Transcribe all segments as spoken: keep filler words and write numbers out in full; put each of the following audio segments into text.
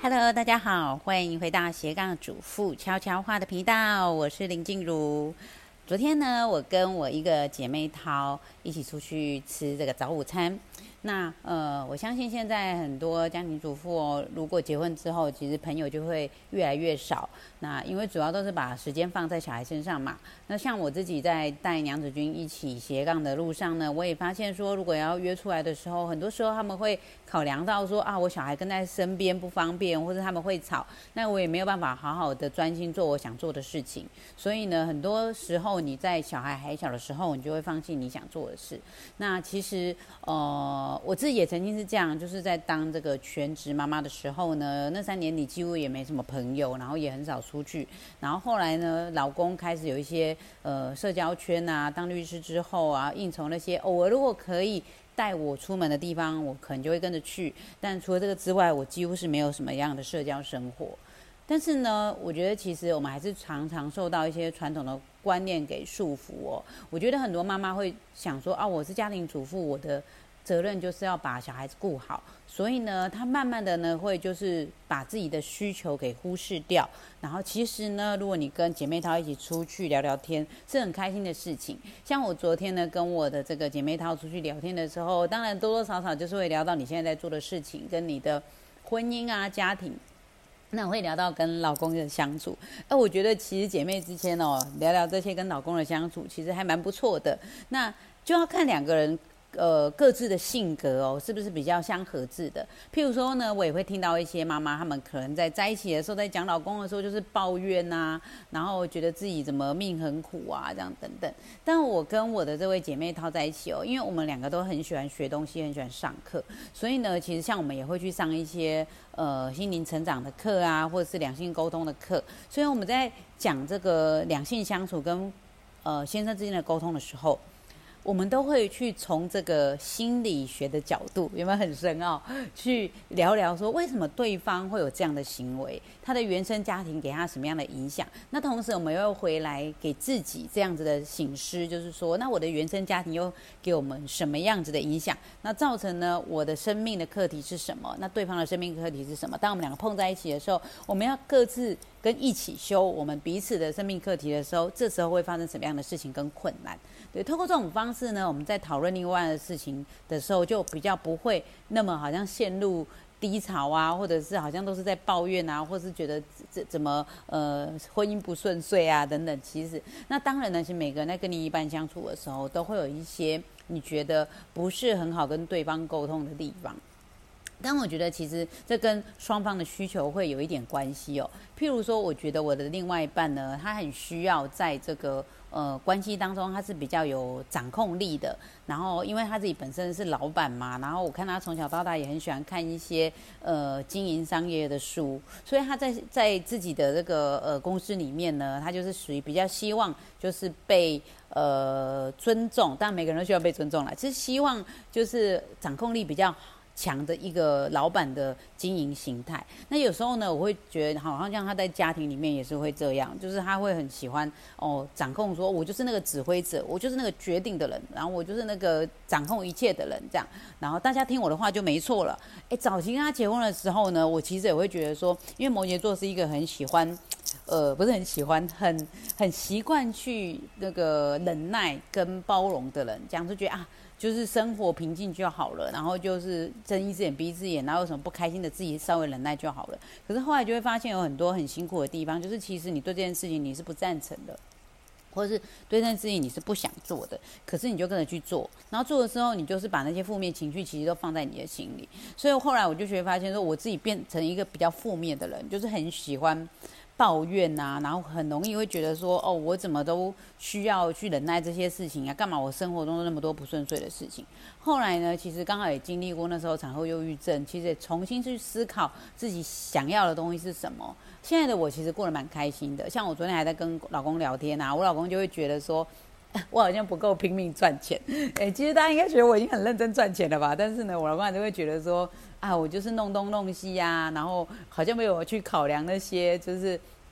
Hello，大家好，欢迎回到斜杠主妇悄悄话的频道，我是林静茹。昨天呢，我跟我一个姐妹淘一起出去吃这个早午餐。那呃，我相信现在很多家庭主妇哦，如果结婚之后，其实朋友就会越来越少。那因为主要都是把时间放在小孩身上嘛。那像我自己在带娘子军一起斜杠的路上呢，我也发现说，如果要约出来的时候，很多时候他们会考量到说啊，我小孩跟在身边不方便，或者他们会吵，那我也没有办法好好的专心做我想做的事情。所以呢，很多时候你在小孩还小的时候，你就会放弃你想做的事。那其实呃。我自己也曾经是这样，就是在当这个全职妈妈的时候呢，那三年里几乎也没什么朋友，然后也很少出去。然后后来呢，老公开始有一些呃社交圈啊，当律师之后啊，应酬那些偶尔如果可以带我出门的地方，我可能就会跟着去。但除了这个之外，我几乎是没有什么样的社交生活。但是呢，我觉得其实我们还是常常受到一些传统的观念给束缚哦。我觉得很多妈妈会想说啊，我是家庭主妇，我的责任就是要把小孩子顾好，所以呢，他慢慢的呢会就是把自己的需求给忽视掉。然后其实呢，如果你跟姐妹淘一起出去聊聊天，是很开心的事情。像我昨天呢跟我的这个姐妹淘出去聊天的时候，当然多多少少就是会聊到你现在在做的事情，跟你的婚姻啊、家庭。那我会聊到跟老公的相处，哎，我觉得其实姐妹之间哦，聊聊这些跟老公的相处，其实还蛮不错的。那就要看两个人。呃，各自的性格哦，是不是比较相合致的？譬如说呢，我也会听到一些妈妈，她们可能在在一起的时候，在讲老公的时候，就是抱怨啊，然后觉得自己怎么命很苦啊，这样等等。但我跟我的这位姐妹淘在一起哦，因为我们两个都很喜欢学东西，很喜欢上课，所以呢，其实像我们也会去上一些呃心灵成长的课啊，或者是两性沟通的课。所以我们在讲这个两性相处跟呃先生之间的沟通的时候，我们都会去从这个心理学的角度，有没有很深奥？去聊聊说为什么对方会有这样的行为，他的原生家庭给他什么样的影响？那同时我们又回来给自己这样子的省思，就是说，那我的原生家庭又给我们什么样子的影响？那造成呢我的生命的课题是什么？那对方的生命课题是什么？当我们两个碰在一起的时候，我们要各自跟一起修我们彼此的生命课题的时候，这时候会发生什么样的事情跟困难？对，透过这种方式呢，我们在讨论另外的事情的时候，就比较不会那么好像陷入低潮啊，或者是好像都是在抱怨啊，或是觉得怎怎么呃婚姻不顺遂啊等等。其实，那当然呢，其实每个人在跟另一半相处的时候，都会有一些你觉得不是很好跟对方沟通的地方。但我觉得其实这跟双方的需求会有一点关系哦。譬如说，我觉得我的另外一半呢，他很需要在这个呃关系当中，他是比较有掌控力的。然后，因为他自己本身是老板嘛，然后我看他从小到大也很喜欢看一些呃经营商业的书，所以他在在自己的这个呃公司里面呢，他就是属于比较希望就是被呃尊重，当然每个人都需要被尊重啦，其实希望就是掌控力比较强的一个老板的经营形态。那有时候呢，我会觉得好像他在家庭里面也是会这样，就是他会很喜欢哦掌控，说我就是那个指挥者，我就是那个决定的人，然后我就是那个掌控一切的人，这样，然后大家听我的话就没错了。哎，早期跟他结婚的时候呢，我其实也会觉得说，因为摩羯座是一个很喜欢。呃，不是很喜欢，很很习惯去那个忍耐跟包容的人，这样就觉得啊，就是生活平静就好了，然后就是睁一只眼闭一只眼，然后有什么不开心的自己稍微忍耐就好了。可是后来就会发现有很多很辛苦的地方，就是其实你对这件事情你是不赞成的。或者是对这件事情你是不想做的，可是你就跟着去做，然后做的时候你就是把那些负面情绪其实都放在你的心里。所以后来我就学会发现说，我自己变成一个比较负面的人，就是很喜欢抱怨啊，然后很容易会觉得说，哦，我怎么都需要去忍耐这些事情啊？干嘛我生活中那么多不顺遂的事情？后来呢，其实刚好也经历过那时候产后忧郁症，其实也重新去思考自己想要的东西是什么。现在的我其实过得蛮开心的，像我昨天还在跟老公聊天啊，我老公就会觉得说，我好像不够拼命赚钱。哎，其实大家应该觉得我已经很认真赚钱了吧？但是呢，我老公就会觉得说，啊，我就是弄东弄西啊，然后好像没有去考量那些就是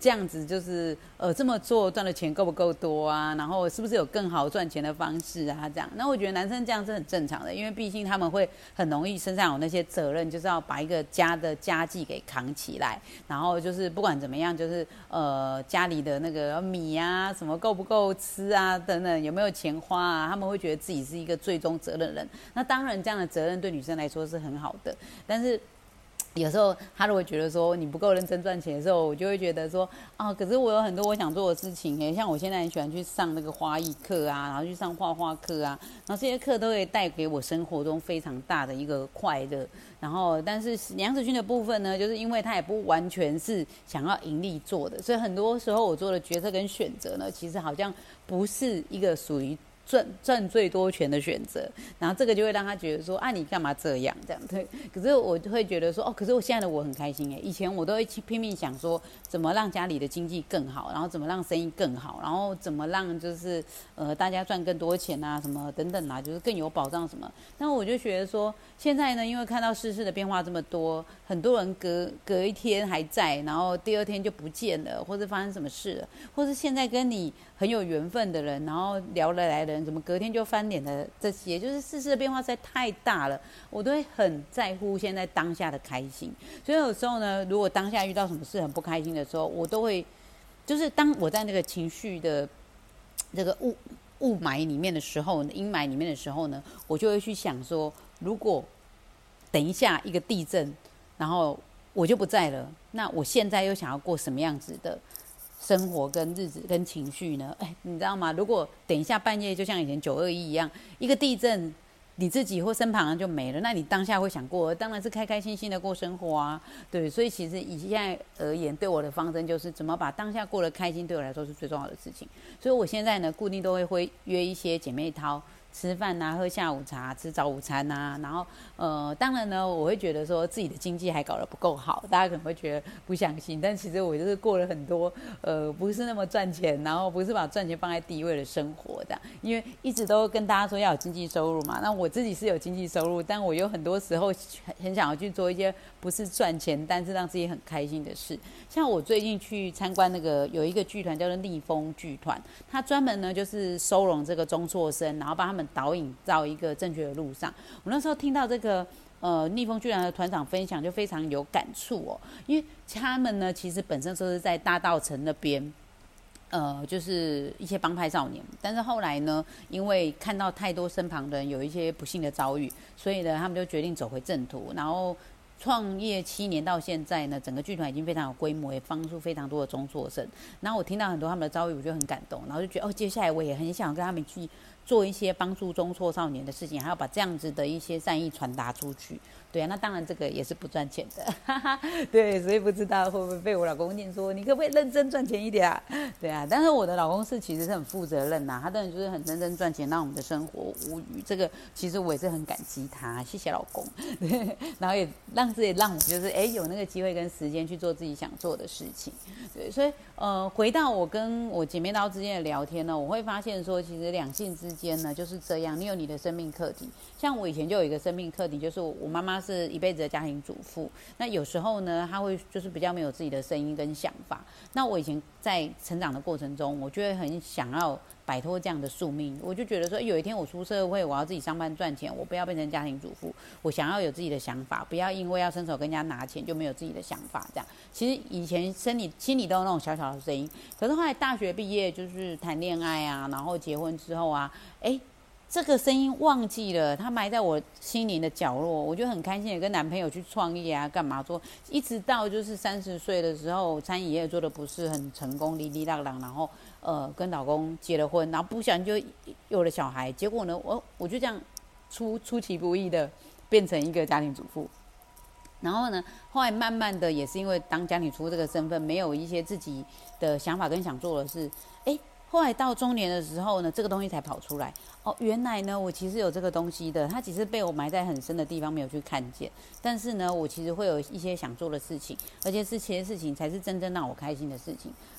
这样子就是呃这么做赚的钱够不够多啊？然后是不是有更好赚钱的方式啊？这样，那我觉得男生这样是很正常的，因为毕竟他们会很容易身上有那些责任，就是要把一个家的家计给扛起来，然后就是不管怎么样，就是呃家里的那个米啊什么够不够吃啊等等，有没有钱花啊，他们会觉得自己是一个最终责任人。那当然这样的责任对女生来说是很好的，但是有时候他如果觉得说你不够认真赚钱的时候，我就会觉得说啊，可是我有很多我想做的事情耶，像我现在很喜欢去上那个花艺课啊，然后去上画画课啊，然后这些课都会带给我生活中非常大的一个快乐。然后，但是杨子勋的部分呢，就是因为他也不完全是想要盈利做的，所以很多时候我做的决策跟选择呢，其实好像不是一个属于赚赚最多钱的选择，然后这个就会让他觉得说啊，你干嘛这样这样对？可是我就会觉得说哦，可是我现在的我很开心哎，以前我都会拼命想说怎么让家里的经济更好，然后怎么让生意更好，然后怎么让就是呃大家赚更多钱啊，什么等等啊，就是更有保障什么。那我就觉得说，现在呢，因为看到世事的变化这么多，很多人隔隔一天还在，然后第二天就不见了，或者发生什么事了，或是现在跟你很有缘分的人，然后聊得来的人，怎么隔天就翻脸的这些，就是世事的变化实在太大了，我都会很在乎现在当下的开心。所以有时候呢，如果当下遇到什么事很不开心的时候，我都会，就是当我在那个情绪的这个雾雾霾里面的时候，阴霾里面的时候呢，我就会去想说，如果等一下一个地震，然后我就不在了，那我现在又想要过什么样子的生活跟日子跟情绪呢？哎，你知道吗？如果等一下半夜就像以前九二一一样，一个地震，你自己或身旁人就没了，那你当下会想过，当然是开开心心的过生活啊。对，所以其实以现在而言，对我的方针就是怎么把当下过得开心，对我来说是最重要的事情。所以我现在呢，固定都会会约一些姐妹淘吃饭啊，喝下午茶，吃早午餐啊，然后呃，当然呢，我会觉得说自己的经济还搞得不够好，大家可能会觉得不相信，但其实我就是过了很多呃，不是那么赚钱，然后不是把赚钱放在第一位的生活这样，因为一直都跟大家说要有经济收入嘛，那我自己是有经济收入，但我有很多时候很想要去做一些不是赚钱，但是让自己很开心的事，像我最近去参观那个有一个剧团叫做逆风剧团，它专门呢就是收容这个中辍生，然后帮他们导引到一个正确的路上。我那时候听到这个呃逆风剧团的团长分享，就非常有感触哦，因为他们呢其实本身都是在大稻埕那边。呃，就是一些帮派少年，但是后来呢，因为看到太多身旁的人有一些不幸的遭遇，所以呢，他们就决定走回正途，然后创业七年到现在呢，整个剧团已经非常有规模，也帮助非常多的中辍生。然后我听到很多他们的遭遇，我就很感动，然后就觉得哦，接下来我也很想跟他们去做一些帮助中辍少年的事情，还要把这样子的一些善意传达出去。对啊，那当然这个也是不赚钱的，哈哈。对，所以不知道会不会被我老公念说，你可不可以认真赚钱一点啊？对啊，但是我的老公是其实是很负责任呐、啊，他当然就是很认真赚钱，让我们的生活无虞。这个其实我也是很感激他，谢谢老公。对，然后也让自己让我就是哎有那个机会跟时间去做自己想做的事情。对，所以呃回到我跟我姐妹刀之间的聊天呢，我会发现说，其实两性之间呢就是这样，你有你的生命课题。像我以前就有一个生命课题，就是我妈妈是一辈子的家庭主妇，那有时候呢，她会就是比较没有自己的声音跟想法。那我以前在成长的过程中，我就会很想要摆脱这样的宿命，我就觉得说，有一天我出社会，我要自己上班赚钱，我不要变成家庭主妇，我想要有自己的想法，不要因为要伸手跟人家拿钱就没有自己的想法。这样，其实以前心里心里都有那种小小的声音，可是后来大学毕业就是谈恋爱啊，然后结婚之后啊，哎。这个声音忘记了，它埋在我心灵的角落，我就很开心的跟男朋友去创业啊，干嘛做？一直到就是三十岁的时候，餐饮业做的不是很成功，哩哩浪浪，然后呃跟老公结了婚，然后不小心就有了小孩，结果呢，我我就这样出出其不意的变成一个家庭主妇。然后呢，后来慢慢的也是因为当家庭主妇这个身份，没有一些自己的想法跟想做的事，哎。后来到中年的时候呢，这个东西才跑出来。哦，原来呢，我其实有这个东西的，它其实被我埋在很深的地方，没有去看见。但是呢，我其实会有一些想做的事情，而且是这些事情才是真正让我开心的事情。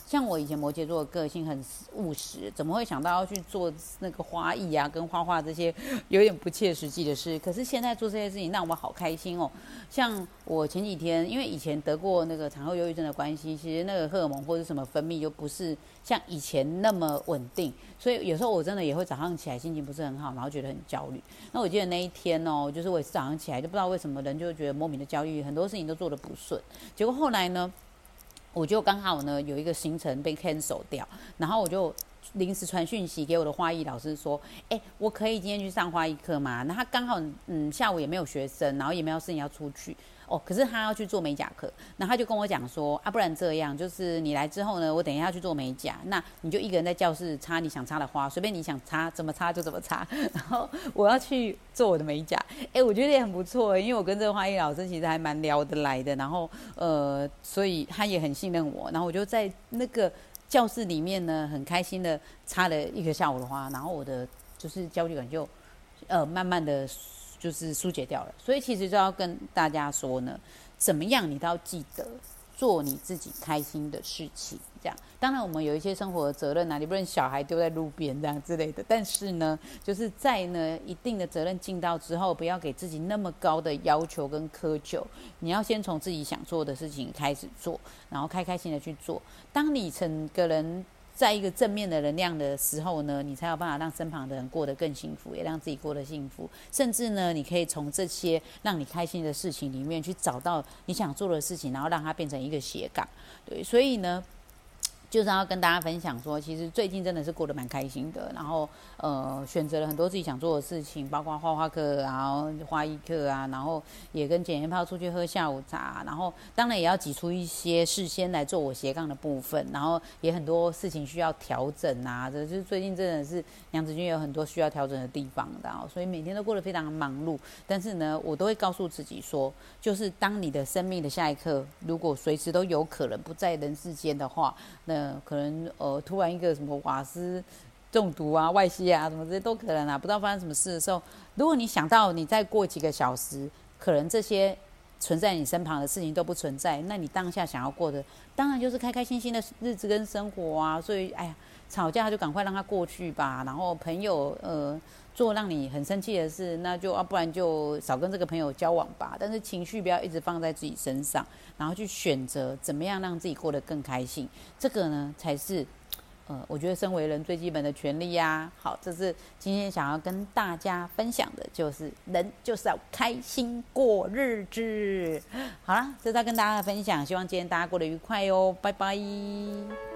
像我以前摩羯座的个性很务实，怎么会想到要去做那个花艺啊，跟画画这些有点不切实际的事？可是现在做这些事情让我好开心哦。像我前几天，因为以前得过那个产后忧郁症的关系，其实那个荷尔蒙或者什么分泌就不是像以前那么稳定，所以有时候我真的也会早上起来心情不是很好，然后觉得很焦虑。那我记得那一天哦，就是我也是早上起来就不知道为什么人就觉得莫名的焦虑，很多事情都做得不顺。结果后来呢，我就刚好呢有一个行程被 cancel 掉，然后我就临时传讯息给我的花艺老师说，哎、欸，我可以今天去上花艺课吗？那他刚好嗯下午也没有学生，然后也没有事情要出去。哦，可是他要去做美甲课，那他就跟我讲说啊，不然这样，就是你来之后呢，我等一下去做美甲，那你就一个人在教室插你想插的花，随便你想插怎么插就怎么插，然后我要去做我的美甲。哎，我觉得也很不错，因为我跟这个花艺老师其实还蛮聊得来的，然后呃，所以他也很信任我，然后我就在那个教室里面呢，很开心的插了一个下午的花，然后我的就是焦虑感就呃慢慢的。就是疏解掉了，所以其实就要跟大家说呢，怎么样你都要记得做你自己开心的事情。这样，当然我们有一些生活的责任啊，你不能小孩丢在路边这样之类的。但是呢，就是在呢一定的责任尽到之后，不要给自己那么高的要求跟苛求。你要先从自己想做的事情开始做，然后开开心的去做。当你整个人在一个正面的能量的时候呢，你才有办法让身旁的人过得更幸福，也让自己过得幸福。甚至呢，你可以从这些让你开心的事情里面去找到你想做的事情，然后让它变成一个斜杠。对，所以呢，就是要跟大家分享说，其实最近真的是过得蛮开心的，然后呃选择了很多自己想做的事情，包括画画课，然后花艺课啊，然后也跟简言泡出去喝下午茶，然后当然也要挤出一些事先来做我斜杠的部分，然后也很多事情需要调整啊，这就是最近真的是娘子军有很多需要调整的地方的，所以每天都过得非常忙碌。但是呢，我都会告诉自己说，就是当你的生命的下一刻，如果随时都有可能不在人世间的话，那可能呃突然一个什么瓦斯中毒啊、外泄啊什么这些都可能啊，不知道发生什么事的时候，如果你想到你再过几个小时，可能这些存在你身旁的事情都不存在，那你当下想要过的，当然就是开开心心的日子跟生活啊。所以哎呀，吵架就赶快让它过去吧。然后朋友呃做让你很生气的事，那就啊不然就少跟这个朋友交往吧。但是情绪不要一直放在自己身上，然后去选择怎么样让自己过得更开心。这个呢才是呃我觉得身为人最基本的权利啊。好，这是今天想要跟大家分享的，就是人就是要开心过日子。好啦，这是要跟大家的分享，希望今天大家过得愉快哦，拜拜。